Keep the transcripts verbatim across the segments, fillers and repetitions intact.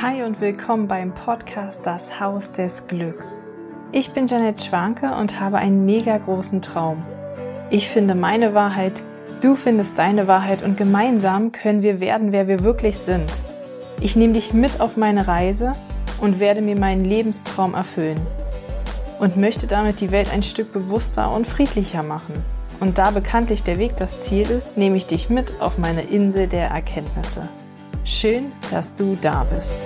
Hi und willkommen beim Podcast Das Haus des Glücks. Ich bin Janet Schwanke und habe einen mega großen Traum. Ich finde meine Wahrheit, du findest deine Wahrheit und gemeinsam können wir werden, wer wir wirklich sind. Ich nehme dich mit auf meine Reise und werde mir meinen Lebenstraum erfüllen und möchte damit die Welt ein Stück bewusster und friedlicher machen. Und da bekanntlich der Weg das Ziel ist, nehme ich dich mit auf meine Insel der Erkenntnisse. Schön, dass du da bist.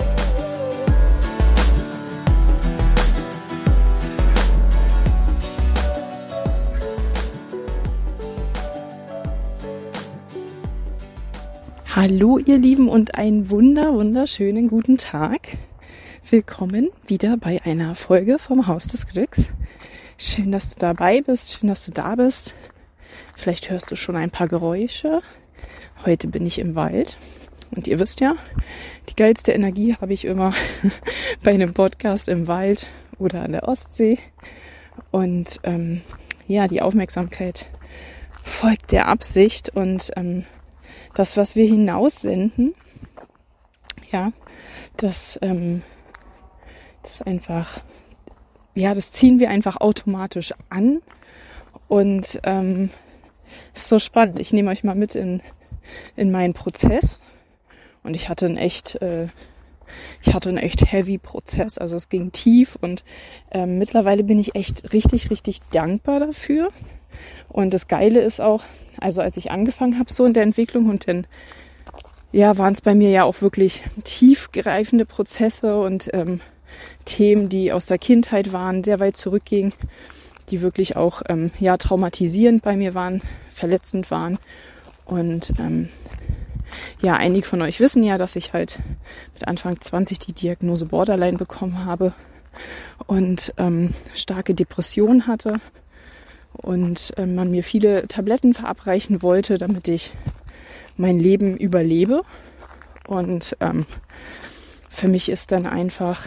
Hallo ihr Lieben und einen wunder, wunderschönen guten Tag. Willkommen wieder bei einer Folge vom Haus des Glücks. Schön, dass du dabei bist, schön, dass du da bist. Vielleicht hörst du schon ein paar Geräusche. Heute bin ich im Wald. Und ihr wisst ja, die geilste Energie habe ich immer bei einem Podcast im Wald oder an der Ostsee. Und ähm, ja, die Aufmerksamkeit folgt der Absicht. Und ähm, das, was wir hinaussenden, ja, das, ähm, das einfach, ja, das ziehen wir einfach automatisch an. Und ähm, ist so spannend. Ich nehme euch mal mit in, in meinen Prozess. Und ich hatte einen echt, äh, ich hatte einen echt heavy Prozess. Also es ging tief und ähm, mittlerweile bin ich echt richtig, richtig dankbar dafür. Und das Geile ist auch, also als ich angefangen habe so in der Entwicklung und dann, ja, waren es bei mir ja auch wirklich tiefgreifende Prozesse und ähm, Themen, die aus der Kindheit waren, sehr weit zurückgingen, die wirklich auch ähm, ja traumatisierend bei mir waren, verletzend waren und ähm, ja, einige von euch wissen ja, dass ich halt mit Anfang zwanzig die Diagnose Borderline bekommen habe und ähm, starke Depressionen hatte und ähm, man mir viele Tabletten verabreichen wollte, damit ich mein Leben überlebe. Und ähm, für mich ist dann einfach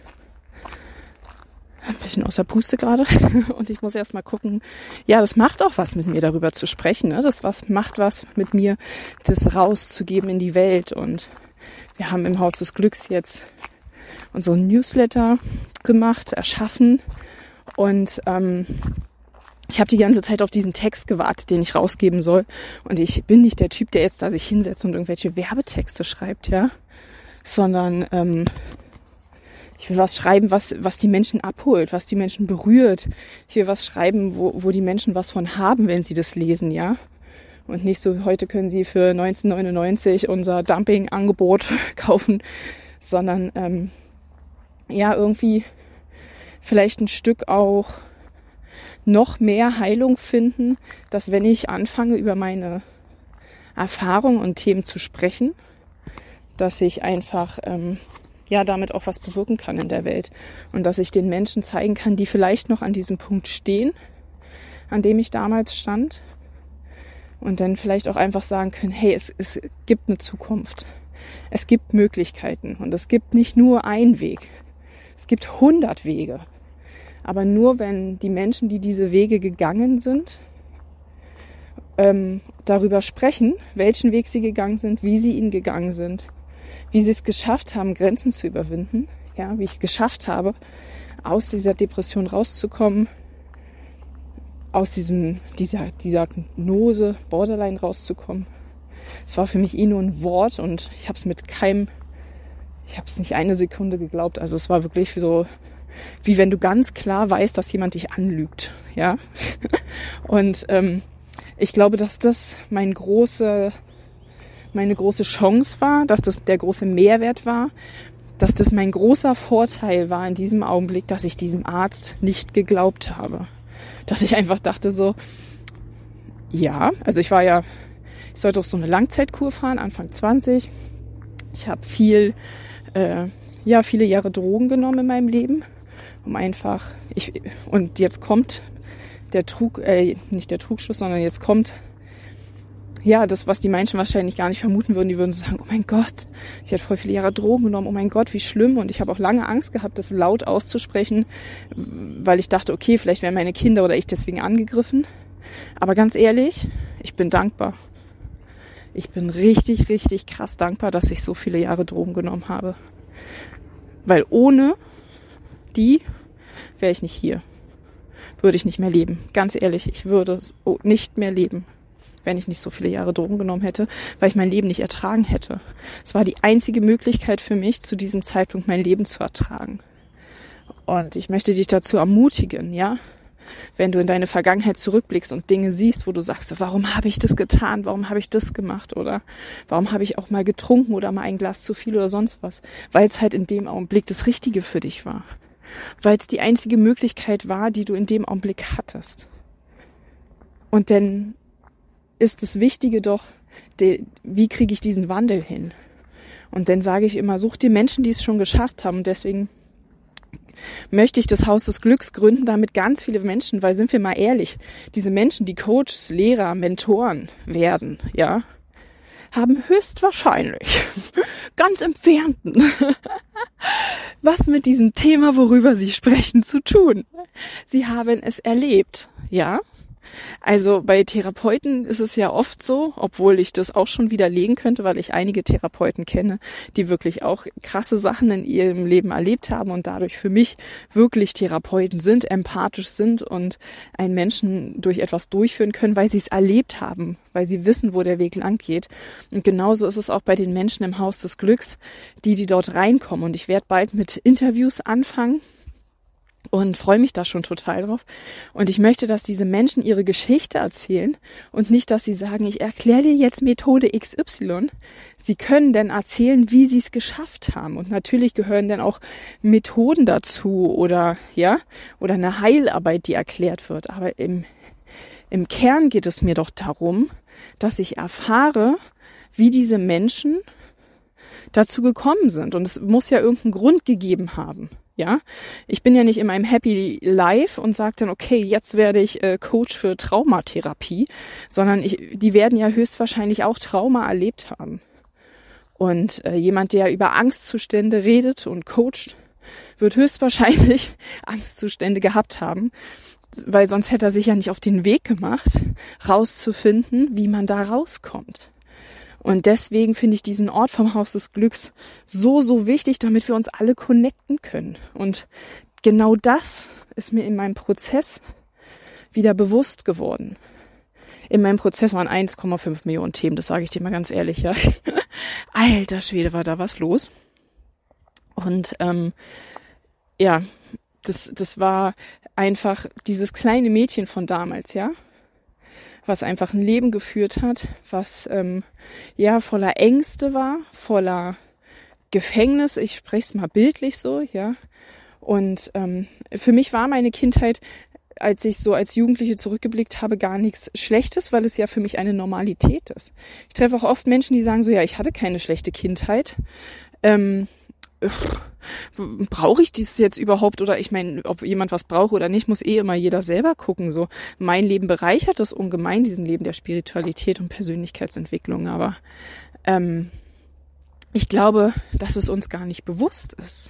ein bisschen außer Puste gerade und ich muss erst mal gucken, ja, das macht auch was mit mir, darüber zu sprechen, ne? Das was macht was mit mir, das rauszugeben in die Welt. Und wir haben im Haus des Glücks jetzt unseren Newsletter gemacht, erschaffen und ähm, ich habe die ganze Zeit auf diesen Text gewartet, den ich rausgeben soll, und ich bin nicht der Typ, der jetzt da sich hinsetzt und irgendwelche Werbetexte schreibt, ja, sondern ähm, ich will was schreiben, was was die Menschen abholt, was die Menschen berührt. Ich will was schreiben, wo wo die Menschen was von haben, wenn sie das lesen, ja. Und nicht so, heute können sie für neunzehn neunundneunzig unser Dumping-Angebot kaufen, sondern ähm, ja, irgendwie vielleicht ein Stück auch noch mehr Heilung finden, dass wenn ich anfange, über meine Erfahrungen und Themen zu sprechen, dass ich einfach ähm, ja damit auch was bewirken kann in der Welt und dass ich den Menschen zeigen kann, die vielleicht noch an diesem Punkt stehen, an dem ich damals stand, und dann vielleicht auch einfach sagen können, hey, es, es gibt eine Zukunft, es gibt Möglichkeiten und es gibt nicht nur einen Weg, es gibt hundert Wege, aber nur wenn die Menschen, die diese Wege gegangen sind, ähm, darüber sprechen, welchen Weg sie gegangen sind, wie sie ihn gegangen sind, wie sie es geschafft haben, Grenzen zu überwinden, ja, wie ich geschafft habe, aus dieser Depression rauszukommen, aus diesem, dieser, dieser Diagnose Borderline rauszukommen. Es war für mich eh nur ein Wort und ich habe es mit keinem, ich habe es nicht eine Sekunde geglaubt. Also es war wirklich so, wie wenn du ganz klar weißt, dass jemand dich anlügt, ja. Und ähm, ich glaube, dass das mein große meine große Chance war, dass das der große Mehrwert war, dass das mein großer Vorteil war in diesem Augenblick, dass ich diesem Arzt nicht geglaubt habe. Dass ich einfach dachte so, ja, also ich war ja, ich sollte auf so eine Langzeitkur fahren, Anfang zwanzig. Ich habe viel, äh, ja, viele Jahre Drogen genommen in meinem Leben, um einfach, ich, und jetzt kommt der Trug, äh, nicht der Trugschluss, sondern jetzt kommt ja, das, was die Menschen wahrscheinlich gar nicht vermuten würden, die würden so sagen, oh mein Gott, ich habe voll viele Jahre Drogen genommen, oh mein Gott, wie schlimm. Und ich habe auch lange Angst gehabt, das laut auszusprechen, weil ich dachte, okay, vielleicht werden meine Kinder oder ich deswegen angegriffen. Aber ganz ehrlich, ich bin dankbar. Ich bin richtig, richtig krass dankbar, dass ich so viele Jahre Drogen genommen habe. Weil ohne die wäre ich nicht hier. Würde ich nicht mehr leben. Ganz ehrlich, ich würde nicht mehr leben, wenn ich nicht so viele Jahre Drogen genommen hätte, weil ich mein Leben nicht ertragen hätte. Es war die einzige Möglichkeit für mich, zu diesem Zeitpunkt mein Leben zu ertragen. Und ich möchte dich dazu ermutigen, ja, wenn du in deine Vergangenheit zurückblickst und Dinge siehst, wo du sagst, warum habe ich das getan, warum habe ich das gemacht oder warum habe ich auch mal getrunken oder mal ein Glas zu viel oder sonst was, weil es halt in dem Augenblick das Richtige für dich war, weil es die einzige Möglichkeit war, die du in dem Augenblick hattest. Und dann ist das Wichtige doch, de, wie kriege ich diesen Wandel hin? Und dann sage ich immer, such dir Menschen, die es schon geschafft haben. Und deswegen möchte ich das Haus des Glücks gründen, damit ganz viele Menschen, weil sind wir mal ehrlich, diese Menschen, die Coaches, Lehrer, Mentoren werden, ja, haben höchstwahrscheinlich, ganz im Entfernten, was mit diesem Thema, worüber sie sprechen, zu tun. Sie haben es erlebt, ja. Also bei Therapeuten ist es ja oft so, obwohl ich das auch schon widerlegen könnte, weil ich einige Therapeuten kenne, die wirklich auch krasse Sachen in ihrem Leben erlebt haben und dadurch für mich wirklich Therapeuten sind, empathisch sind und einen Menschen durch etwas durchführen können, weil sie es erlebt haben, weil sie wissen, wo der Weg lang geht. Und genauso ist es auch bei den Menschen im Haus des Glücks, die, die dort reinkommen. Und ich werde bald mit Interviews anfangen. Und freue mich da schon total drauf. Und ich möchte, dass diese Menschen ihre Geschichte erzählen und nicht, dass sie sagen, ich erkläre dir jetzt Methode X Y. Sie können dann erzählen, wie sie es geschafft haben. Und natürlich gehören dann auch Methoden dazu oder ja oder eine Heilarbeit, die erklärt wird. Aber im, im Kern geht es mir doch darum, dass ich erfahre, wie diese Menschen dazu gekommen sind. Und es muss ja irgendeinen Grund gegeben haben. Ja, ich bin ja nicht in meinem Happy Life und sage dann, okay, jetzt werde ich äh, Coach für Traumatherapie, sondern ich, die werden ja höchstwahrscheinlich auch Trauma erlebt haben. Und äh, jemand, der über Angstzustände redet und coacht, wird höchstwahrscheinlich Angstzustände gehabt haben, weil sonst hätte er sich ja nicht auf den Weg gemacht, rauszufinden, wie man da rauskommt. Und deswegen finde ich diesen Ort vom Haus des Glücks so, so wichtig, damit wir uns alle connecten können. Und genau das ist mir in meinem Prozess wieder bewusst geworden. In meinem Prozess waren eins Komma fünf Millionen Themen, das sage ich dir mal ganz ehrlich, ja. Alter Schwede, war da was los. Und ähm, ja, das, das war einfach dieses kleine Mädchen von damals, ja. Was einfach ein Leben geführt hat, was ähm, ja voller Ängste war, voller Gefängnis, ich spreche es mal bildlich so, ja. Und ähm, für mich war meine Kindheit, als ich so als Jugendliche zurückgeblickt habe, gar nichts Schlechtes, weil es ja für mich eine Normalität ist. Ich treffe auch oft Menschen, die sagen so, ja, ich hatte keine schlechte Kindheit. Ähm, brauche ich dieses jetzt überhaupt oder ich meine, ob jemand was braucht oder nicht, muss eh immer jeder selber gucken. So, mein Leben bereichert das ungemein, diesen Leben der Spiritualität und Persönlichkeitsentwicklung, aber ähm, ich glaube, dass es uns gar nicht bewusst ist,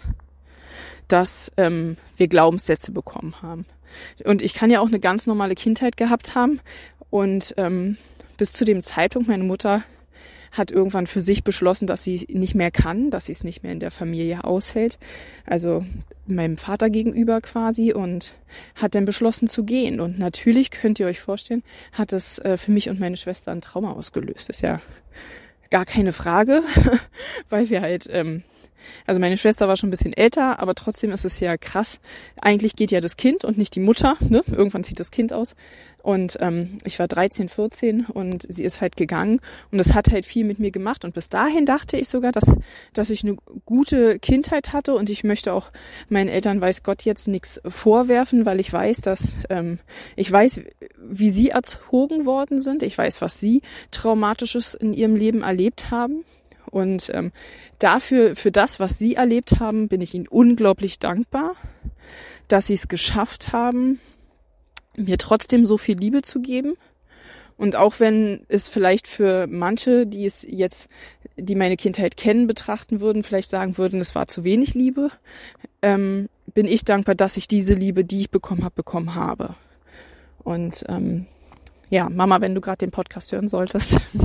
dass ähm, wir Glaubenssätze bekommen haben. Und ich kann ja auch eine ganz normale Kindheit gehabt haben und ähm, bis zu dem Zeitpunkt, meine Mutter hat irgendwann für sich beschlossen, dass sie nicht mehr kann, dass sie es nicht mehr in der Familie aushält, also meinem Vater gegenüber quasi, und hat dann beschlossen zu gehen. Und natürlich könnt ihr euch vorstellen, hat es äh, für mich und meine Schwester ein Trauma ausgelöst. Ist ja gar keine Frage, weil wir halt, ähm, also meine Schwester war schon ein bisschen älter, aber trotzdem ist es ja krass. Eigentlich geht ja das Kind und nicht die Mutter, ne? Irgendwann zieht das Kind aus. Und ähm, ich war dreizehn, vierzehn und sie ist halt gegangen und das hat halt viel mit mir gemacht. Und bis dahin dachte ich sogar, dass dass ich eine gute Kindheit hatte und ich möchte auch meinen Eltern, weiß Gott, jetzt nichts vorwerfen, weil ich weiß, dass ähm, ich weiß, wie sie erzogen worden sind. Ich weiß, was sie Traumatisches in ihrem Leben erlebt haben. Und ähm, dafür, für das, was sie erlebt haben, bin ich ihnen unglaublich dankbar, dass sie es geschafft haben, mir trotzdem so viel Liebe zu geben. Und auch wenn es vielleicht für manche, die es jetzt, die meine Kindheit kennen, betrachten würden, vielleicht sagen würden, es war zu wenig Liebe, ähm, bin ich dankbar, dass ich diese Liebe, die ich bekommen habe, bekommen habe. Und ähm, ja, Mama, wenn du gerade den Podcast hören solltest,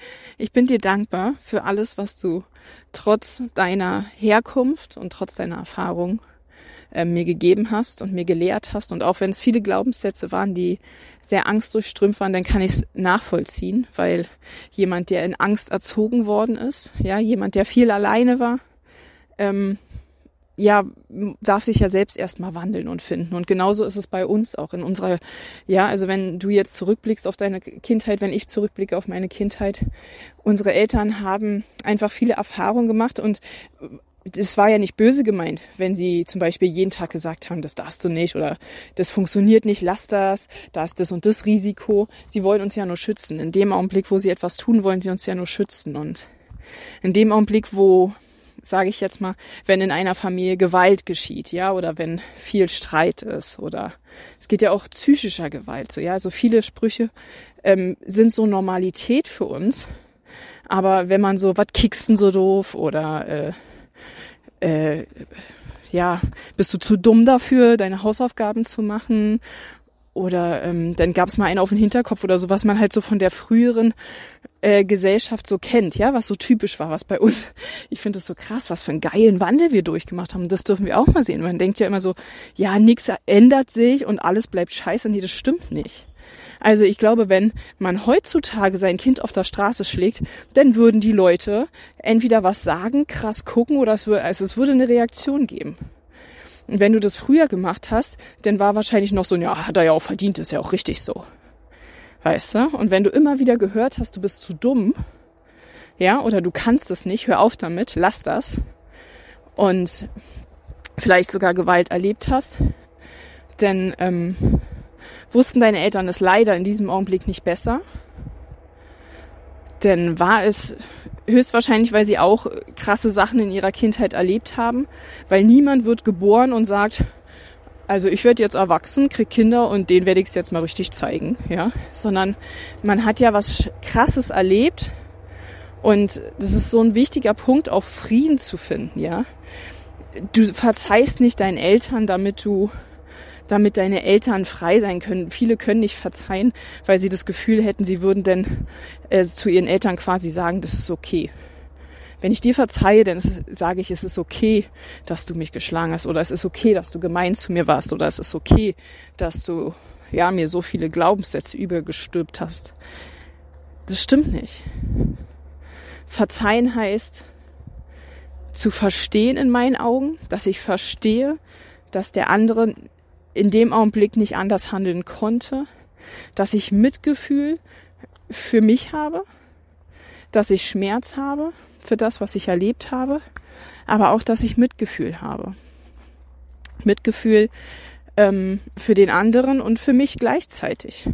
Ich bin dir dankbar für alles, was du trotz deiner Herkunft und trotz deiner Erfahrung äh, mir gegeben hast und mir gelehrt hast. Und auch wenn es viele Glaubenssätze waren, die sehr angstdurchströmt waren, dann kann ich es nachvollziehen, weil jemand, der in Angst erzogen worden ist, ja, jemand, der viel alleine war, ähm, ja, darf sich ja selbst erstmal wandeln und finden. Und genauso ist es bei uns auch in unserer, ja, also wenn du jetzt zurückblickst auf deine Kindheit, wenn ich zurückblicke auf meine Kindheit, unsere Eltern haben einfach viele Erfahrungen gemacht und es war ja nicht böse gemeint, wenn sie zum Beispiel jeden Tag gesagt haben, das darfst du nicht oder das funktioniert nicht, lass das, da ist das und das Risiko. Sie wollen uns ja nur schützen. In dem Augenblick, wo sie etwas tun, wollen sie uns ja nur schützen. Und in dem Augenblick, wo, sage ich jetzt mal, wenn in einer Familie Gewalt geschieht, ja, oder wenn viel Streit ist oder es geht ja auch psychischer Gewalt, so, ja, also viele Sprüche ähm, sind so Normalität für uns. Aber wenn man so, was kickst denn so doof oder äh, Äh, ja, bist du zu dumm dafür, deine Hausaufgaben zu machen? Oder ähm, dann gab es mal einen auf den Hinterkopf oder so, was man halt so von der früheren äh, Gesellschaft so kennt, ja, was so typisch war, was bei uns, ich finde das so krass, was für einen geilen Wandel wir durchgemacht haben. Das dürfen wir auch mal sehen. Man denkt ja immer so, ja, nichts ändert sich und alles bleibt scheiße. Nee, das stimmt nicht. Also ich glaube, wenn man heutzutage sein Kind auf der Straße schlägt, dann würden die Leute entweder was sagen, krass gucken oder es würde, also es würde eine Reaktion geben. Und wenn du das früher gemacht hast, dann war wahrscheinlich noch so, ja, hat er ja auch verdient, ist ja auch richtig so. Weißt du? Und wenn du immer wieder gehört hast, du bist zu dumm, ja, oder du kannst es nicht, hör auf damit, lass das und vielleicht sogar Gewalt erlebt hast, dann ähm, wussten deine Eltern es leider in diesem Augenblick nicht besser. Denn war es höchstwahrscheinlich, weil sie auch krasse Sachen in ihrer Kindheit erlebt haben. Weil niemand wird geboren und sagt, also ich werde jetzt erwachsen, krieg Kinder und denen werde ich es jetzt mal richtig zeigen. Ja? Sondern man hat ja was Krasses erlebt. Und das ist so ein wichtiger Punkt, auch Frieden zu finden. Ja, du verzeihst nicht deinen Eltern, damit du damit deine Eltern frei sein können. Viele können nicht verzeihen, weil sie das Gefühl hätten, sie würden denn äh, zu ihren Eltern quasi sagen, das ist okay. Wenn ich dir verzeihe, dann ist, sage ich, es ist okay, dass du mich geschlagen hast oder es ist okay, dass du gemein zu mir warst oder es ist okay, dass du ja mir so viele Glaubenssätze übergestülpt hast. Das stimmt nicht. Verzeihen heißt zu verstehen in meinen Augen, dass ich verstehe, dass der andere in dem Augenblick nicht anders handeln konnte, dass ich Mitgefühl für mich habe, dass ich Schmerz habe für das, was ich erlebt habe, aber auch, dass ich Mitgefühl habe. Mitgefühl ähm, für den anderen und für mich gleichzeitig.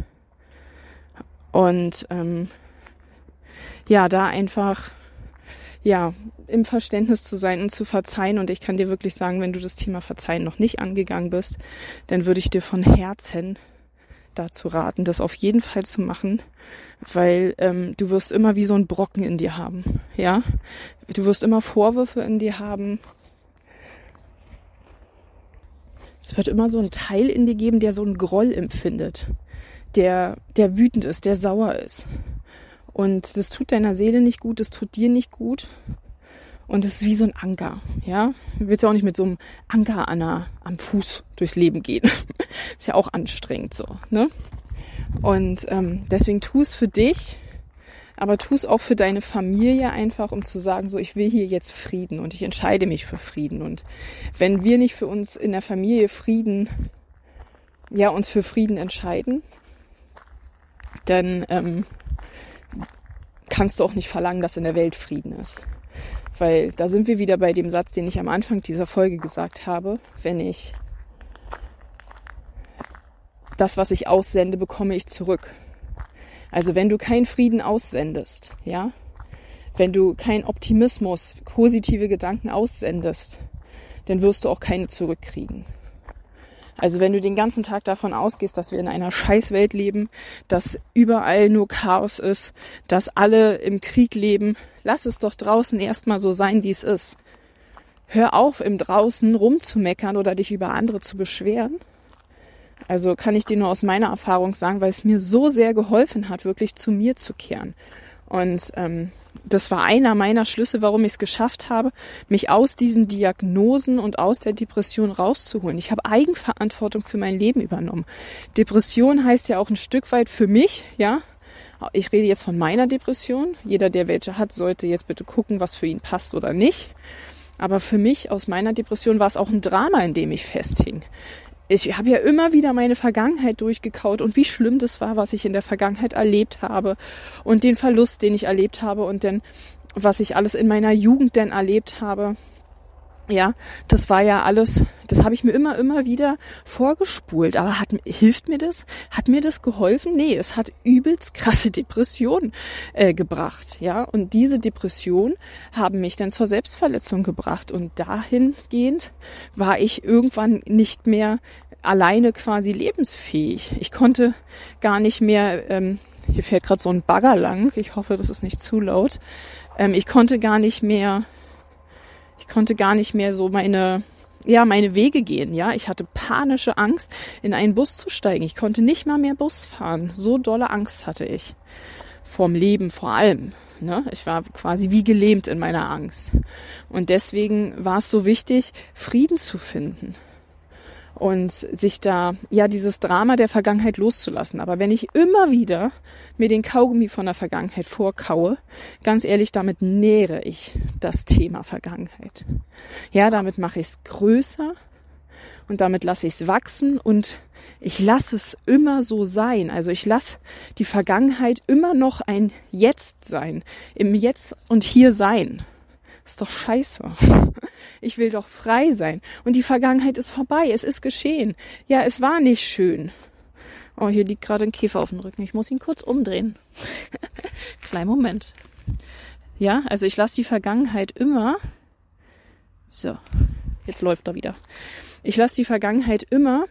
Und ähm, ja, da einfach ja im Verständnis zu sein und zu verzeihen. Und ich kann dir wirklich sagen, wenn du das Thema Verzeihen noch nicht angegangen bist, dann würde ich dir von Herzen dazu raten, das auf jeden Fall zu machen, weil ähm, du wirst immer wie so ein Brocken in dir haben. Ja, du wirst immer Vorwürfe in dir haben. Es wird immer so ein Teil in dir geben, der so einen Groll empfindet, der, der wütend ist, der sauer ist. Und das tut deiner Seele nicht gut, das tut dir nicht gut. Und es ist wie so ein Anker, ja. Du willst ja auch nicht mit so einem Anker an der, am Fuß durchs Leben gehen. Ist ja auch anstrengend so, ne? Und ähm, deswegen tu es für dich, aber tu es auch für deine Familie einfach, um zu sagen, so, ich will hier jetzt Frieden und ich entscheide mich für Frieden. Und wenn wir nicht für uns in der Familie Frieden, ja, uns für Frieden entscheiden, dann ähm, kannst du auch nicht verlangen, dass in der Welt Frieden ist. Weil da sind wir wieder bei dem Satz, den ich am Anfang dieser Folge gesagt habe. Wenn ich das, was ich aussende, bekomme ich zurück. Also wenn du keinen Frieden aussendest, ja, wenn du keinen Optimismus, positive Gedanken aussendest, dann wirst du auch keine zurückkriegen. Also wenn du den ganzen Tag davon ausgehst, dass wir in einer Scheißwelt leben, dass überall nur Chaos ist, dass alle im Krieg leben, lass es doch draußen erstmal so sein, wie es ist. Hör auf, im Draußen rumzumeckern oder dich über andere zu beschweren. Also kann ich dir nur aus meiner Erfahrung sagen, weil es mir so sehr geholfen hat, wirklich zu mir zu kehren Und ähm, das war einer meiner Schlüsse, warum ich es geschafft habe, mich aus diesen Diagnosen und aus der Depression rauszuholen. Ich habe Eigenverantwortung für mein Leben übernommen. Depression heißt ja auch ein Stück weit für mich, ja. Ich rede jetzt von meiner Depression. Jeder, der welche hat, sollte jetzt bitte gucken, was für ihn passt oder nicht. Aber für mich aus meiner Depression war es auch ein Drama, in dem ich festhing. Ich habe ja immer wieder meine Vergangenheit durchgekaut und wie schlimm das war, was ich in der Vergangenheit erlebt habe und den Verlust, den ich erlebt habe und dann, was ich alles in meiner Jugend denn erlebt habe. Ja, das war ja alles, das habe ich mir immer, immer wieder vorgespult. Aber hat, hilft mir das? Hat mir das geholfen? Nee, es hat übelst krasse Depressionen äh, gebracht. Ja, und diese Depressionen haben mich dann zur Selbstverletzung gebracht. Und dahingehend war ich irgendwann nicht mehr alleine quasi lebensfähig. Ich konnte gar nicht mehr, ähm, hier fährt gerade so ein Bagger lang. Ich hoffe, das ist nicht zu laut. Ähm, ich konnte gar nicht mehr... Ich konnte gar nicht mehr so meine, ja, meine Wege gehen, ja. Ich hatte panische Angst, in einen Bus zu steigen. Ich konnte nicht mal mehr Bus fahren. So dolle Angst hatte ich. Vorm Leben vor allem, ne. Ich war quasi wie gelähmt in meiner Angst. Und deswegen war es so wichtig, Frieden zu finden. Und sich da, ja, dieses Drama der Vergangenheit loszulassen. Aber wenn ich immer wieder mir den Kaugummi von der Vergangenheit vorkaue, ganz ehrlich, damit nähere ich das Thema Vergangenheit. Ja, damit mache ich es größer und damit lasse ich es wachsen und ich lasse es immer so sein. Also ich lasse die Vergangenheit immer noch ein Jetzt sein, im Jetzt und Hier sein. Ist doch scheiße. Ich will doch frei sein. Und die Vergangenheit ist vorbei. Es ist geschehen. Ja, es war nicht schön. Oh, hier liegt gerade ein Käfer auf dem Rücken. Ich muss ihn kurz umdrehen. Kleinen Moment. Ja, also ich lasse die Vergangenheit immer... So, jetzt läuft er wieder. Ich lasse die Vergangenheit immer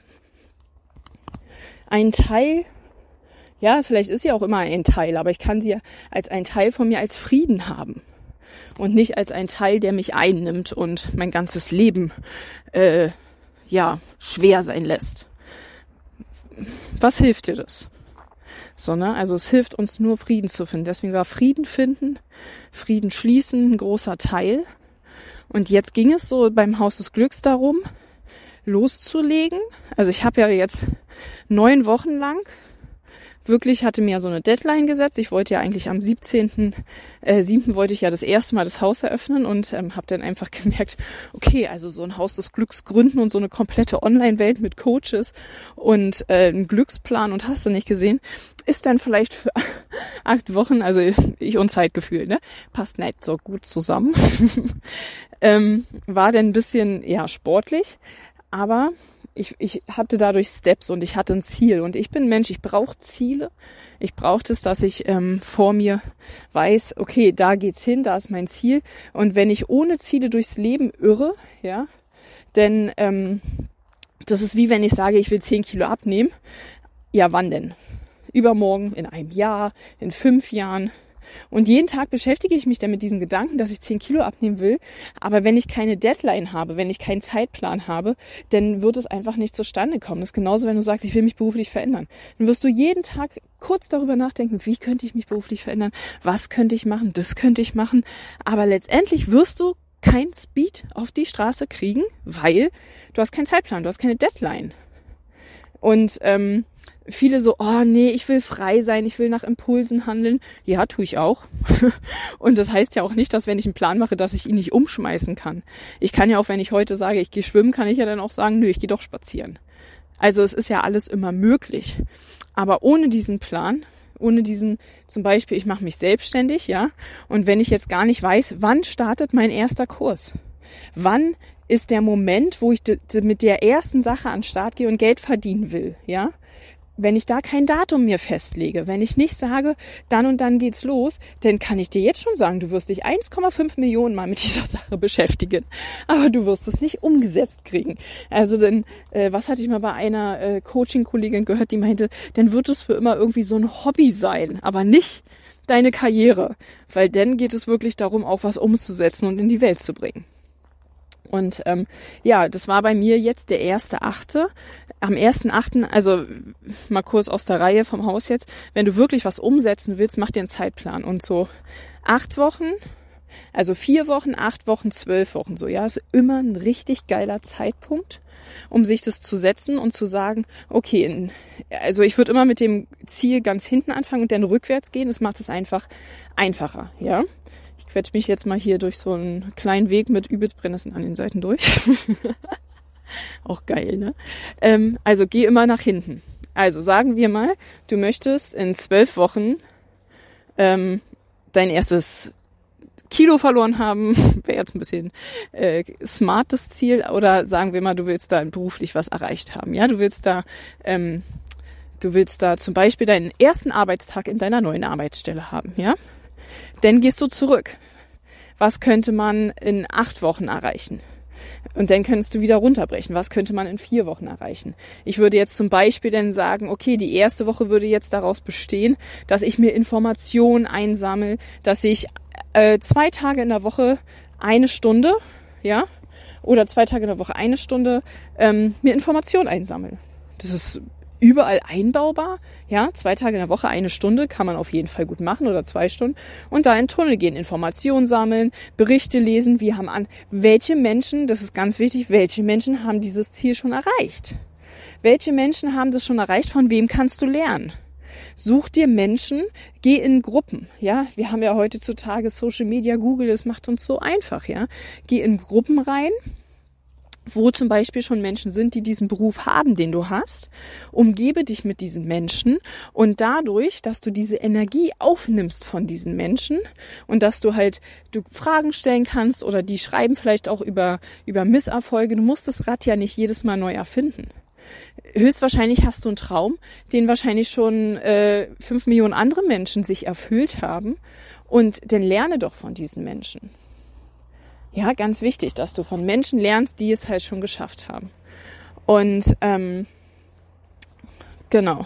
ein Teil... Ja, vielleicht ist sie auch immer ein Teil, aber ich kann sie ja als ein Teil von mir als Frieden haben. Und nicht als ein Teil, der mich einnimmt und mein ganzes Leben äh, ja schwer sein lässt. Was hilft dir das? Sondern, also es hilft uns nur, Frieden zu finden. Deswegen war Frieden finden, Frieden schließen ein großer Teil. Und jetzt ging es so beim Haus des Glücks darum, loszulegen. Also ich habe ja jetzt neun Wochen lang wirklich, hatte mir so eine Deadline gesetzt. Ich wollte ja eigentlich am siebzehnten siebten wollte ich ja das erste Mal das Haus eröffnen und ähm, habe dann einfach gemerkt, okay, also so ein Haus des Glücks gründen und so eine komplette Online-Welt mit Coaches und äh, einen Glücksplan und hast du nicht gesehen, ist dann vielleicht für acht Wochen, also ich und Zeitgefühl, ne, passt nicht so gut zusammen, ähm, war dann ein bisschen, ja, sportlich, aber Ich, ich hatte dadurch Steps und ich hatte ein Ziel. Und ich bin ein Mensch, ich brauche Ziele. Ich brauche es, dass ich ähm, vor mir weiß, okay, da geht's hin, da ist mein Ziel. Und wenn ich ohne Ziele durchs Leben irre, ja, denn ähm, das ist wie wenn ich sage, ich will zehn Kilo abnehmen. Ja, wann denn? Übermorgen, in einem Jahr, in fünf Jahren. Und jeden Tag beschäftige ich mich dann mit diesen Gedanken, dass ich zehn Kilo abnehmen will. Aber wenn ich keine Deadline habe, wenn ich keinen Zeitplan habe, dann wird es einfach nicht zustande kommen. Das ist genauso, wenn du sagst, ich will mich beruflich verändern. Dann wirst du jeden Tag kurz darüber nachdenken, wie könnte ich mich beruflich verändern? Was könnte ich machen? Das könnte ich machen. Aber letztendlich wirst du kein Speed auf die Straße kriegen, weil du hast keinen Zeitplan, du hast keine Deadline. Und ähm, viele so, oh nee, ich will frei sein, ich will nach Impulsen handeln. Ja, tue ich auch. Und das heißt ja auch nicht, dass wenn ich einen Plan mache, dass ich ihn nicht umschmeißen kann. Ich kann ja auch, wenn ich heute sage, ich gehe schwimmen, kann ich ja dann auch sagen, nö, ich gehe doch spazieren. Also es ist ja alles immer möglich. Aber ohne diesen Plan, ohne diesen, zum Beispiel, ich mache mich selbstständig, ja, und wenn ich jetzt gar nicht weiß, wann startet mein erster Kurs? Wann ist der Moment, wo ich mit der ersten Sache an den Start gehe und Geld verdienen will, ja? Wenn ich da kein Datum mir festlege, wenn ich nicht sage, dann und dann geht's los, dann kann ich dir jetzt schon sagen, du wirst dich eins Komma fünf Millionen Mal mit dieser Sache beschäftigen, aber du wirst es nicht umgesetzt kriegen. Also denn, äh, was hatte ich mal bei einer äh, Coaching-Kollegin gehört, die meinte, dann wird es für immer irgendwie so ein Hobby sein, aber nicht deine Karriere, weil dann geht es wirklich darum, auch was umzusetzen und in die Welt zu bringen. Und ähm, ja, das war bei mir jetzt der erste Achte. Am ersten Achten, also mal kurz aus der Reihe vom Haus jetzt, wenn du wirklich was umsetzen willst, mach dir einen Zeitplan. Und so acht Wochen, also vier Wochen, acht Wochen, zwölf Wochen so, ja, ist immer ein richtig geiler Zeitpunkt, um sich das zu setzen und zu sagen, okay, in, also ich würde immer mit dem Ziel ganz hinten anfangen und dann rückwärts gehen. Das macht es einfach einfacher, ja. Ich quetsche mich jetzt mal hier durch so einen kleinen Weg mit übelst Brennnesseln an den Seiten durch. Auch geil, ne? Ähm, also geh immer nach hinten. Also sagen wir mal, du möchtest in zwölf Wochen ähm, dein erstes Kilo verloren haben, wäre jetzt ein bisschen äh, smartes Ziel, oder sagen wir mal, du willst da beruflich was erreicht haben, ja, du willst da, ähm, du willst da zum Beispiel deinen ersten Arbeitstag in deiner neuen Arbeitsstelle haben, ja, dann gehst du zurück. Was könnte man in acht Wochen erreichen? Und dann könntest du wieder runterbrechen. Was könnte man in vier Wochen erreichen? Ich würde jetzt zum Beispiel dann sagen, okay, die erste Woche würde jetzt daraus bestehen, dass ich mir Informationen einsammle, dass ich äh, zwei Tage in der Woche eine Stunde, ja, oder zwei Tage in der Woche eine Stunde ähm, mir Informationen einsammle. Das ist überall einbaubar, ja, zwei Tage in der Woche, eine Stunde kann man auf jeden Fall gut machen oder zwei Stunden und da in den Tunnel gehen, Informationen sammeln, Berichte lesen, wie haben an, welche Menschen, das ist ganz wichtig, welche Menschen haben dieses Ziel schon erreicht? Welche Menschen haben das schon erreicht? Von wem kannst du lernen? Such dir Menschen, geh in Gruppen, ja, wir haben ja heutzutage Social Media, Google, das macht uns so einfach, ja, geh in Gruppen rein, wo zum Beispiel schon Menschen sind, die diesen Beruf haben, den du hast. Umgebe dich mit diesen Menschen und dadurch, dass du diese Energie aufnimmst von diesen Menschen und dass du halt du Fragen stellen kannst oder die schreiben vielleicht auch über, über Misserfolge. Du musst das Rad ja nicht jedes Mal neu erfinden. Höchstwahrscheinlich hast du einen Traum, den wahrscheinlich schon äh, fünf Millionen andere Menschen sich erfüllt haben und dann lerne doch von diesen Menschen. Ja, ganz wichtig, dass du von Menschen lernst, die es halt schon geschafft haben. Und ähm, genau.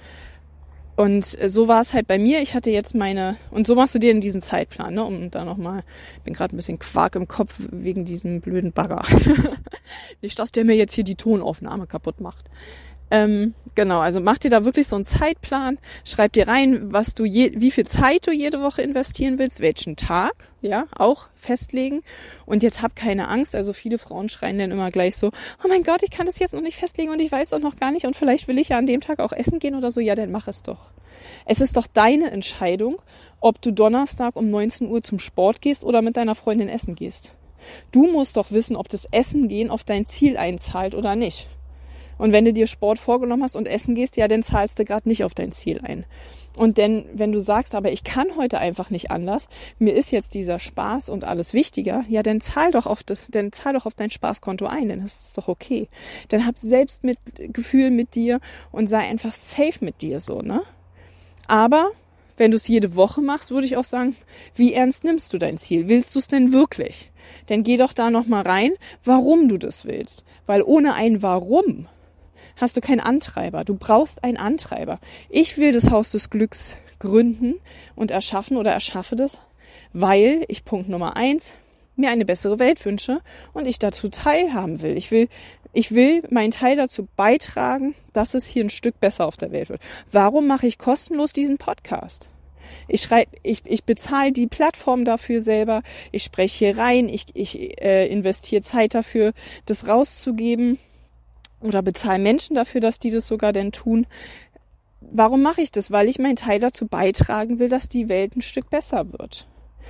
Und so war es halt bei mir. Ich hatte jetzt meine, und so machst du dir in diesen Zeitplan, ne, um da nochmal, ich bin gerade ein bisschen Quark im Kopf wegen diesem blöden Bagger. Nicht, dass der mir jetzt hier die Tonaufnahme kaputt macht. Ähm, genau, also mach dir da wirklich so einen Zeitplan, schreib dir rein, was du je, wie viel Zeit du jede Woche investieren willst, welchen Tag, ja, auch festlegen. Und jetzt hab keine Angst, also viele Frauen schreien dann immer gleich so, oh mein Gott, ich kann das jetzt noch nicht festlegen und ich weiß auch noch gar nicht und vielleicht will ich ja an dem Tag auch essen gehen oder so. Ja, dann mach es doch. Es ist doch deine Entscheidung, ob du Donnerstag um neunzehn Uhr zum Sport gehst oder mit deiner Freundin essen gehst. Du musst doch wissen, ob das Essen gehen auf dein Ziel einzahlt oder nicht. Und wenn du dir Sport vorgenommen hast und essen gehst, ja, dann zahlst du gerade nicht auf dein Ziel ein. Und denn, wenn du sagst, aber ich kann heute einfach nicht anders, mir ist jetzt dieser Spaß und alles wichtiger, ja, dann zahl doch auf das, dann zahl doch auf dein Spaßkonto ein, dann ist es doch okay. Dann hab Selbstmitgefühl mit dir und sei einfach safe mit dir so, ne? Aber wenn du es jede Woche machst, würde ich auch sagen, wie ernst nimmst du dein Ziel? Willst du es denn wirklich? Dann geh doch da nochmal rein, warum du das willst. Weil ohne ein Warum hast du keinen Antreiber. Du brauchst einen Antreiber. Ich will das Haus des Glücks gründen und erschaffen oder erschaffe das, weil ich Punkt Nummer eins mir eine bessere Welt wünsche und ich dazu teilhaben will. Ich will, ich will meinen Teil dazu beitragen, dass es hier ein Stück besser auf der Welt wird. Warum mache ich kostenlos diesen Podcast? Ich schreibe, ich, ich bezahle die Plattform dafür selber. Ich spreche hier rein. Ich, ich äh, investiere Zeit dafür, das rauszugeben. Oder bezahle Menschen dafür, dass die das sogar denn tun. Warum mache ich das? Weil ich meinen Teil dazu beitragen will, dass die Welt ein Stück besser wird.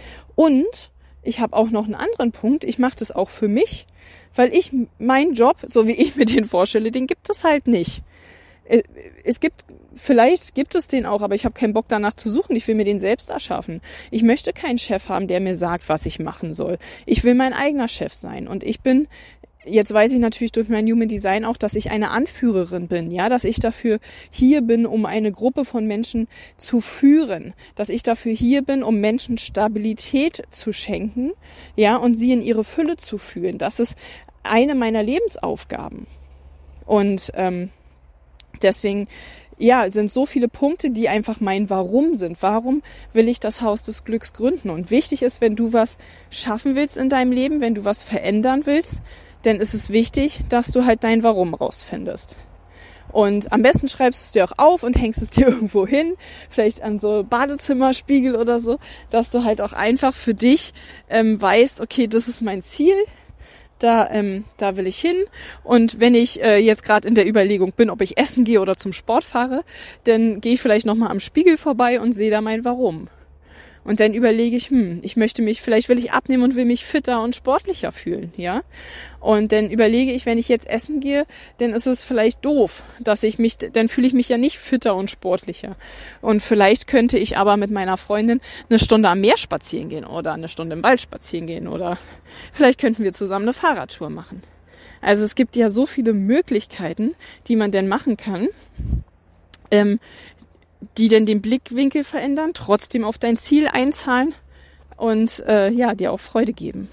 Und ich habe auch noch einen anderen Punkt. Ich mache das auch für mich, weil ich meinen Job, so wie ich mir den vorstelle, den gibt es halt nicht. Es gibt, vielleicht gibt es den auch, aber ich habe keinen Bock danach zu suchen. Ich will mir den selbst erschaffen. Ich möchte keinen Chef haben, der mir sagt, was ich machen soll. Ich will mein eigener Chef sein. Und ich bin Jetzt weiß ich natürlich durch mein Human Design auch, dass ich eine Anführerin bin, ja, dass ich dafür hier bin, um eine Gruppe von Menschen zu führen, dass ich dafür hier bin, um Menschen Stabilität zu schenken, ja, und sie in ihre Fülle zu fühlen. Das ist eine meiner Lebensaufgaben. Und ähm, deswegen, ja, sind so viele Punkte, die einfach mein Warum sind. Warum will ich das Haus des Glücks gründen? Und wichtig ist, wenn du was schaffen willst in deinem Leben, wenn du was verändern willst, dann ist es wichtig, dass du halt dein Warum rausfindest. Und am besten schreibst du es dir auch auf und hängst es dir irgendwo hin, vielleicht an so Badezimmerspiegel oder so, dass du halt auch einfach für dich ähm, weißt, okay, das ist mein Ziel, da ähm, da will ich hin. Und wenn ich äh, jetzt gerade in der Überlegung bin, ob ich essen gehe oder zum Sport fahre, dann gehe ich vielleicht nochmal am Spiegel vorbei und sehe da mein Warum. Und dann überlege ich, hm, ich möchte mich, vielleicht will ich abnehmen und will mich fitter und sportlicher fühlen, ja. Und dann überlege ich, wenn ich jetzt essen gehe, dann ist es vielleicht doof, dass ich mich, dann fühle ich mich ja nicht fitter und sportlicher. Und vielleicht könnte ich aber mit meiner Freundin eine Stunde am Meer spazieren gehen oder eine Stunde im Wald spazieren gehen oder vielleicht könnten wir zusammen eine Fahrradtour machen. Also es gibt ja so viele Möglichkeiten, die man denn machen kann, ähm, die denn den Blickwinkel verändern, trotzdem auf dein Ziel einzahlen und äh, ja, dir auch Freude geben.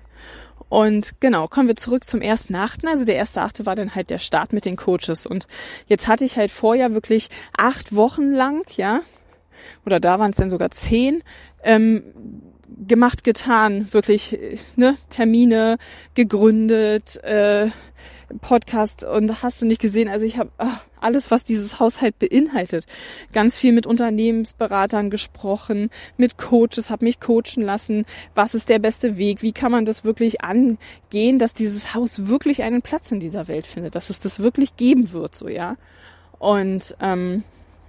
Und genau, kommen wir zurück zum ersten Achten. Also der erste Achte war dann halt der Start mit den Coaches. Und jetzt hatte ich halt vorher wirklich acht Wochen lang, ja, oder da waren es dann sogar zehn, ähm, gemacht, getan, wirklich, ne, Termine gegründet, äh, Podcast und hast du nicht gesehen, also ich habe alles, was dieses Haus halt beinhaltet, ganz viel mit Unternehmensberatern gesprochen, mit Coaches, habe mich coachen lassen, was ist der beste Weg, wie kann man das wirklich angehen, dass dieses Haus wirklich einen Platz in dieser Welt findet, dass es das wirklich geben wird, so, ja. Und ähm,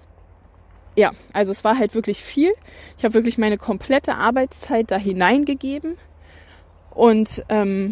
ja, also es war halt wirklich viel. Ich habe wirklich meine komplette Arbeitszeit da hineingegeben und ähm,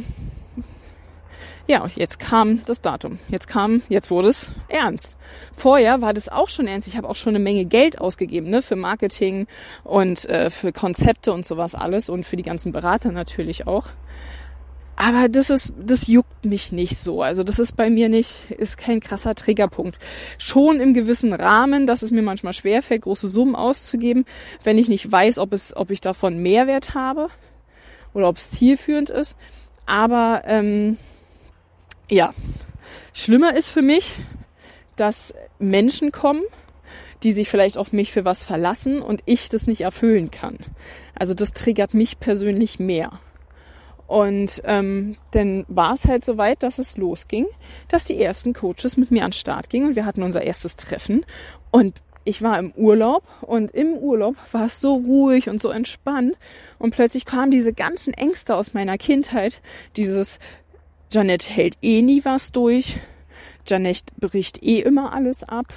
ja, jetzt kam das Datum. Jetzt kam, jetzt wurde es ernst. Vorher war das auch schon ernst. Ich habe auch schon eine Menge Geld ausgegeben, ne, für Marketing und äh, für Konzepte und sowas alles und für die ganzen Berater natürlich auch. Aber das ist, das juckt mich nicht so. Also das ist bei mir nicht, ist kein krasser Triggerpunkt. Schon im gewissen Rahmen, dass es mir manchmal schwerfällt, große Summen auszugeben, wenn ich nicht weiß, ob es, ob ich davon Mehrwert habe oder ob es zielführend ist. Aber ähm, ja, schlimmer ist für mich, dass Menschen kommen, die sich vielleicht auf mich für was verlassen und ich das nicht erfüllen kann. Also das triggert mich persönlich mehr. Und ähm, dann war es halt so weit, dass es losging, dass die ersten Coaches mit mir an den Start gingen und wir hatten unser erstes Treffen. Und ich war im Urlaub und im Urlaub war es so ruhig und so entspannt. Und plötzlich kamen diese ganzen Ängste aus meiner Kindheit, dieses Jeanette hält eh nie was durch. Jeanette bricht eh immer alles ab.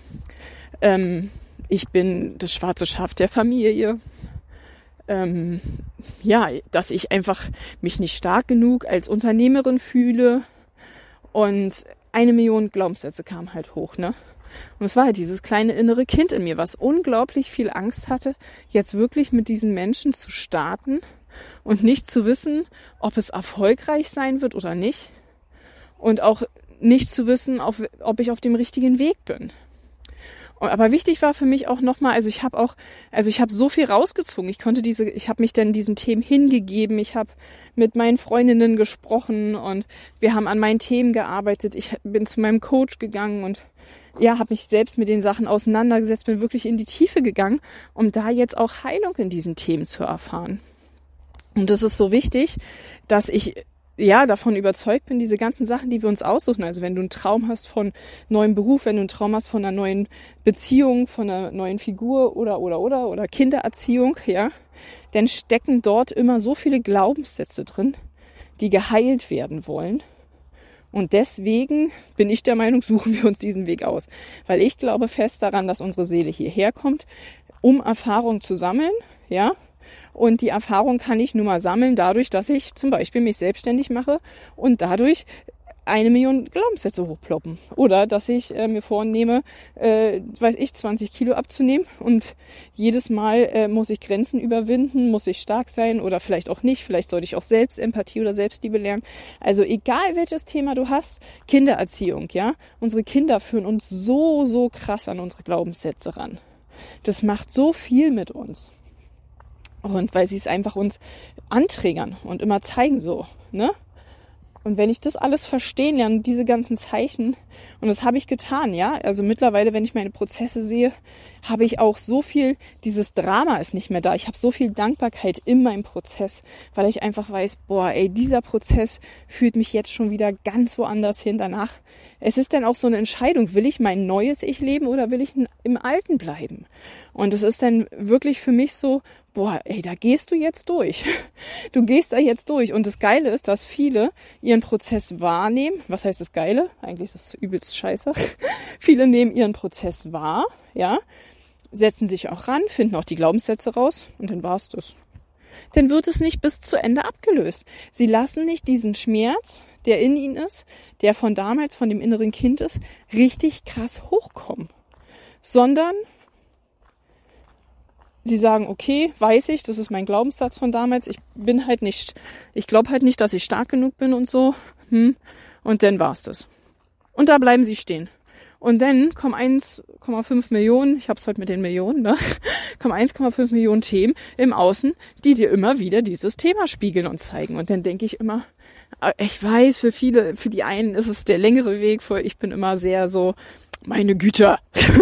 Ähm, ich bin das schwarze Schaf der Familie. Ähm, ja, dass ich einfach mich nicht stark genug als Unternehmerin fühle. Und eine Million Glaubenssätze kamen halt hoch, ne? Und es war halt dieses kleine innere Kind in mir, was unglaublich viel Angst hatte, jetzt wirklich mit diesen Menschen zu starten. Und nicht zu wissen, ob es erfolgreich sein wird oder nicht. Und auch nicht zu wissen, ob, ob ich auf dem richtigen Weg bin. Aber wichtig war für mich auch nochmal, also ich habe auch, also ich habe so viel rausgezogen. Ich konnte diese, ich habe mich dann diesen Themen hingegeben. Ich habe mit meinen Freundinnen gesprochen und wir haben an meinen Themen gearbeitet. Ich bin zu meinem Coach gegangen und ja, habe mich selbst mit den Sachen auseinandergesetzt, bin wirklich in die Tiefe gegangen, um da jetzt auch Heilung in diesen Themen zu erfahren. Und das ist so wichtig, dass ich ja davon überzeugt bin, diese ganzen Sachen, die wir uns aussuchen. Also wenn du einen Traum hast von neuem Beruf, wenn du einen Traum hast von einer neuen Beziehung, von einer neuen Figur oder oder oder oder Kindererziehung, ja, dann stecken dort immer so viele Glaubenssätze drin, die geheilt werden wollen. Und deswegen bin ich der Meinung, suchen wir uns diesen Weg aus. Weil ich glaube fest daran, dass unsere Seele hierher kommt, um Erfahrung zu sammeln, ja. Und die Erfahrung kann ich nur mal sammeln dadurch, dass ich zum Beispiel mich selbstständig mache und dadurch eine Million Glaubenssätze hochploppen. Oder dass ich äh, mir vornehme, äh, weiß ich, zwanzig Kilo abzunehmen und jedes Mal äh, muss ich Grenzen überwinden, muss ich stark sein oder vielleicht auch nicht. Vielleicht sollte ich auch Selbstempathie oder Selbstliebe lernen. Also egal welches Thema du hast, Kindererziehung, ja. Unsere Kinder führen uns so, so krass an unsere Glaubenssätze ran. Das macht so viel mit uns. Und weil sie es einfach uns anträgern und immer zeigen so, ne? Und wenn ich das alles verstehen lerne, diese ganzen Zeichen, und das habe ich getan, ja, also mittlerweile, wenn ich meine Prozesse sehe, habe ich auch so viel, dieses Drama ist nicht mehr da. Ich habe so viel Dankbarkeit in meinem Prozess, weil ich einfach weiß, boah, ey, dieser Prozess führt mich jetzt schon wieder ganz woanders hin danach. Es ist dann auch so eine Entscheidung, will ich mein neues Ich leben oder will ich im Alten bleiben? Und es ist dann wirklich für mich so, boah, ey, da gehst du jetzt durch. Du gehst da jetzt durch. Und das Geile ist, dass viele ihren Prozess wahrnehmen. Was heißt das Geile? Eigentlich ist es übelst scheiße. Viele nehmen ihren Prozess wahr, ja, setzen sich auch ran, finden auch die Glaubenssätze raus und dann war's das. Dann wird es nicht bis zu Ende abgelöst. Sie lassen nicht diesen Schmerz, der in ihnen ist, der von damals, von dem inneren Kind ist, richtig krass hochkommen. Sondern sie sagen, okay, weiß ich, das ist mein Glaubenssatz von damals, ich bin halt nicht, ich glaube halt nicht, dass ich stark genug bin und so. Hm. Und dann war's das. Und da bleiben sie stehen. Und dann kommen eins Komma fünf Millionen, ich habe es heute mit den Millionen, ne? kommen eins Komma fünf Millionen Themen im Außen, die dir immer wieder dieses Thema spiegeln und zeigen. Und dann denke ich immer, ich weiß, für viele, für die einen ist es der längere Weg, für ich bin immer sehr so, meine Güte.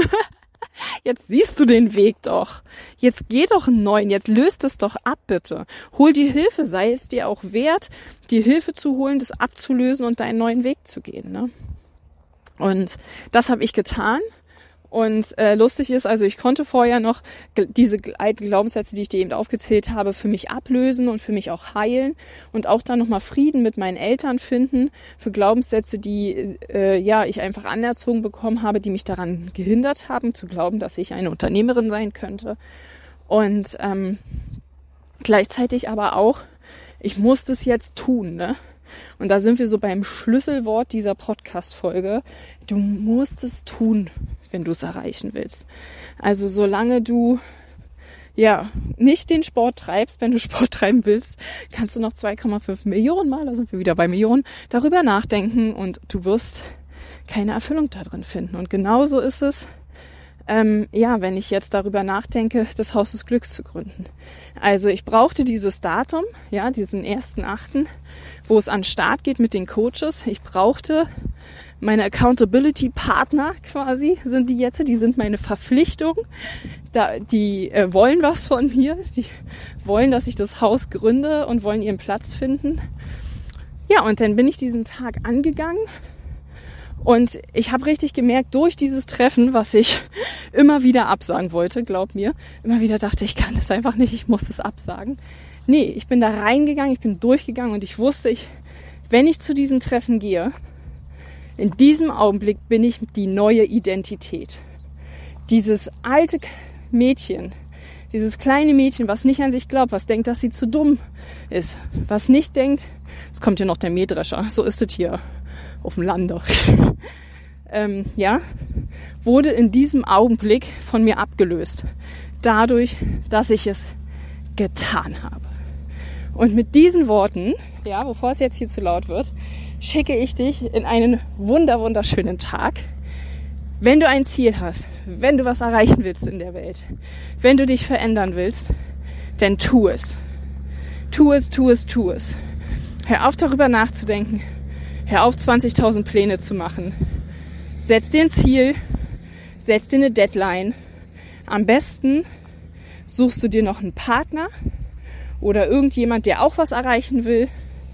Jetzt siehst du den Weg doch. Jetzt geh doch einen neuen, jetzt löst es doch ab, bitte. Hol dir Hilfe, sei es dir auch wert, dir Hilfe zu holen, das abzulösen und deinen neuen Weg zu gehen, ne? Und das habe ich getan. Und äh, lustig ist, also ich konnte vorher noch diese alten Glaubenssätze, die ich dir eben aufgezählt habe, für mich ablösen und für mich auch heilen und auch dann nochmal Frieden mit meinen Eltern finden für Glaubenssätze, die äh, ja ich einfach anerzogen bekommen habe, die mich daran gehindert haben, zu glauben, dass ich eine Unternehmerin sein könnte. Und ähm, gleichzeitig aber auch, ich muss das jetzt tun, ne? Und da sind wir so beim Schlüsselwort dieser Podcast-Folge. Du musst es tun, wenn du es erreichen willst. Also solange du ja nicht den Sport treibst, wenn du Sport treiben willst, kannst du noch zwei Komma fünf Millionen Mal, da sind wir wieder bei Millionen, darüber nachdenken und du wirst keine Erfüllung da drin finden. Und genauso ist es, ähm, ja, wenn ich jetzt darüber nachdenke, das Haus des Glücks zu gründen. Also ich brauchte dieses Datum, ja, diesen ersten achten, wo es an den Start geht mit den Coaches. Ich brauchte meine Accountability-Partner quasi, sind die jetzt, die sind meine Verpflichtung. Da, die äh, wollen was von mir, die wollen, dass ich das Haus gründe und wollen ihren Platz finden. Ja, und dann bin ich diesen Tag angegangen. Und ich habe richtig gemerkt, durch dieses Treffen, was ich immer wieder absagen wollte, glaub mir, immer wieder dachte, ich kann das einfach nicht, ich muss das absagen. Nee, ich bin da reingegangen, ich bin durchgegangen und ich wusste, ich, wenn ich zu diesen Treffen gehe, in diesem Augenblick bin ich die neue Identität. Dieses alte Mädchen, dieses kleine Mädchen, was nicht an sich glaubt, was denkt, dass sie zu dumm ist, was nicht denkt, es kommt hier noch der Mähdrescher, so ist es hier auf dem Lande, ähm, ja, wurde in diesem Augenblick von mir abgelöst. Dadurch, dass ich es getan habe. Und mit diesen Worten, ja, bevor es jetzt hier zu laut wird, schicke ich dich in einen wunder, wunderschönen Tag. Wenn du ein Ziel hast, wenn du was erreichen willst in der Welt, wenn du dich verändern willst, dann tu es. Tu es, tu es, tu es. Hör auf, darüber nachzudenken. Hör auf, zwanzigtausend Pläne zu machen. Setz dir ein Ziel, setz dir eine Deadline. Am besten suchst du dir noch einen Partner oder irgendjemand, der auch was erreichen will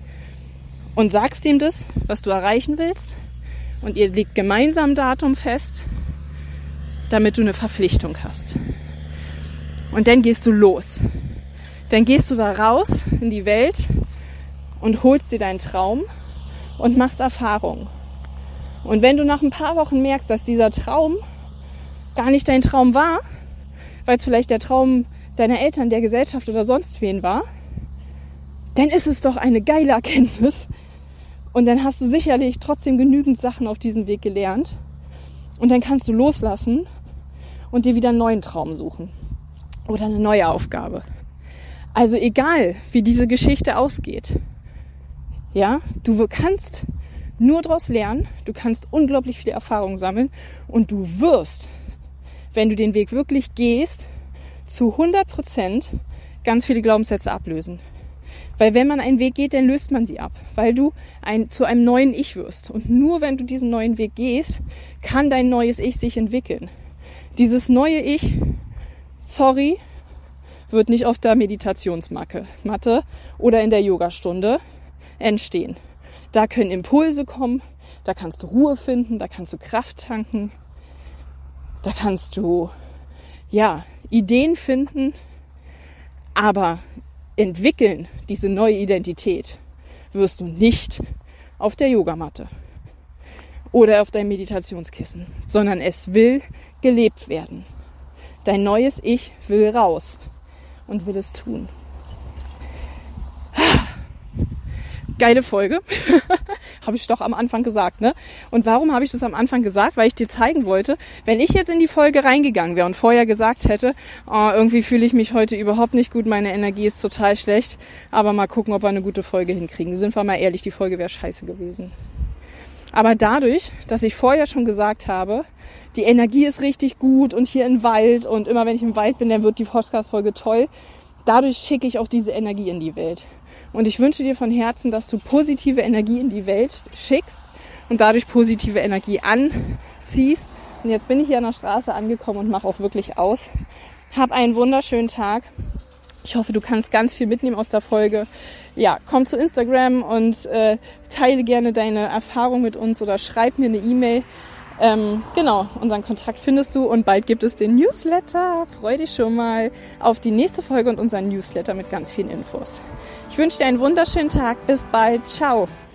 und sagst ihm das, was du erreichen willst. Und ihr legt gemeinsam ein Datum fest, damit du eine Verpflichtung hast. Und dann gehst du los. Dann gehst du da raus in die Welt und holst dir deinen Traum und machst Erfahrungen. Und wenn du nach ein paar Wochen merkst, dass dieser Traum gar nicht dein Traum war, weil es vielleicht der Traum deiner Eltern, der Gesellschaft oder sonst wen war, dann ist es doch eine geile Erkenntnis. Und dann hast du sicherlich trotzdem genügend Sachen auf diesem Weg gelernt. Und dann kannst du loslassen und dir wieder einen neuen Traum suchen. Oder eine neue Aufgabe. Also egal, wie diese Geschichte ausgeht. Ja, du kannst nur daraus lernen. Du kannst unglaublich viele Erfahrungen sammeln. Und du wirst, wenn du den Weg wirklich gehst, zu hundert Prozent ganz viele Glaubenssätze ablösen. Weil wenn man einen Weg geht, dann löst man sie ab, weil du ein, zu einem neuen Ich wirst. Und nur wenn du diesen neuen Weg gehst, kann dein neues Ich sich entwickeln. Dieses neue Ich, sorry, wird nicht auf der Meditationsmatte Matte oder in der Yogastunde entstehen. Da können Impulse kommen, da kannst du Ruhe finden, da kannst du Kraft tanken, da kannst du ja Ideen finden, aber entwickeln diese neue Identität wirst du nicht auf der Yogamatte oder auf deinem Meditationskissen, sondern es will gelebt werden. Dein neues Ich will raus und will es tun. Geile Folge. Habe ich doch am Anfang gesagt, ne? Und warum habe ich das am Anfang gesagt? Weil ich dir zeigen wollte, wenn ich jetzt in die Folge reingegangen wäre und vorher gesagt hätte, oh, irgendwie fühle ich mich heute überhaupt nicht gut, meine Energie ist total schlecht, aber mal gucken, ob wir eine gute Folge hinkriegen. Sind wir mal ehrlich, die Folge wäre scheiße gewesen. Aber dadurch, dass ich vorher schon gesagt habe, die Energie ist richtig gut und hier im Wald und immer wenn ich im Wald bin, dann wird die Podcast-Folge toll. Dadurch schicke ich auch diese Energie in die Welt. Und ich wünsche dir von Herzen, dass du positive Energie in die Welt schickst und dadurch positive Energie anziehst. Und jetzt bin ich hier an der Straße angekommen und mache auch wirklich aus. Hab einen wunderschönen Tag. Ich hoffe, du kannst ganz viel mitnehmen aus der Folge. Ja, komm zu Instagram und äh, teile gerne deine Erfahrung mit uns oder schreib mir eine E-Mail. Ähm, genau, unseren Kontakt findest du und bald gibt es den Newsletter. Freu dich schon mal auf die nächste Folge und unseren Newsletter mit ganz vielen Infos. Ich wünsche dir einen wunderschönen Tag. Bis bald. Ciao.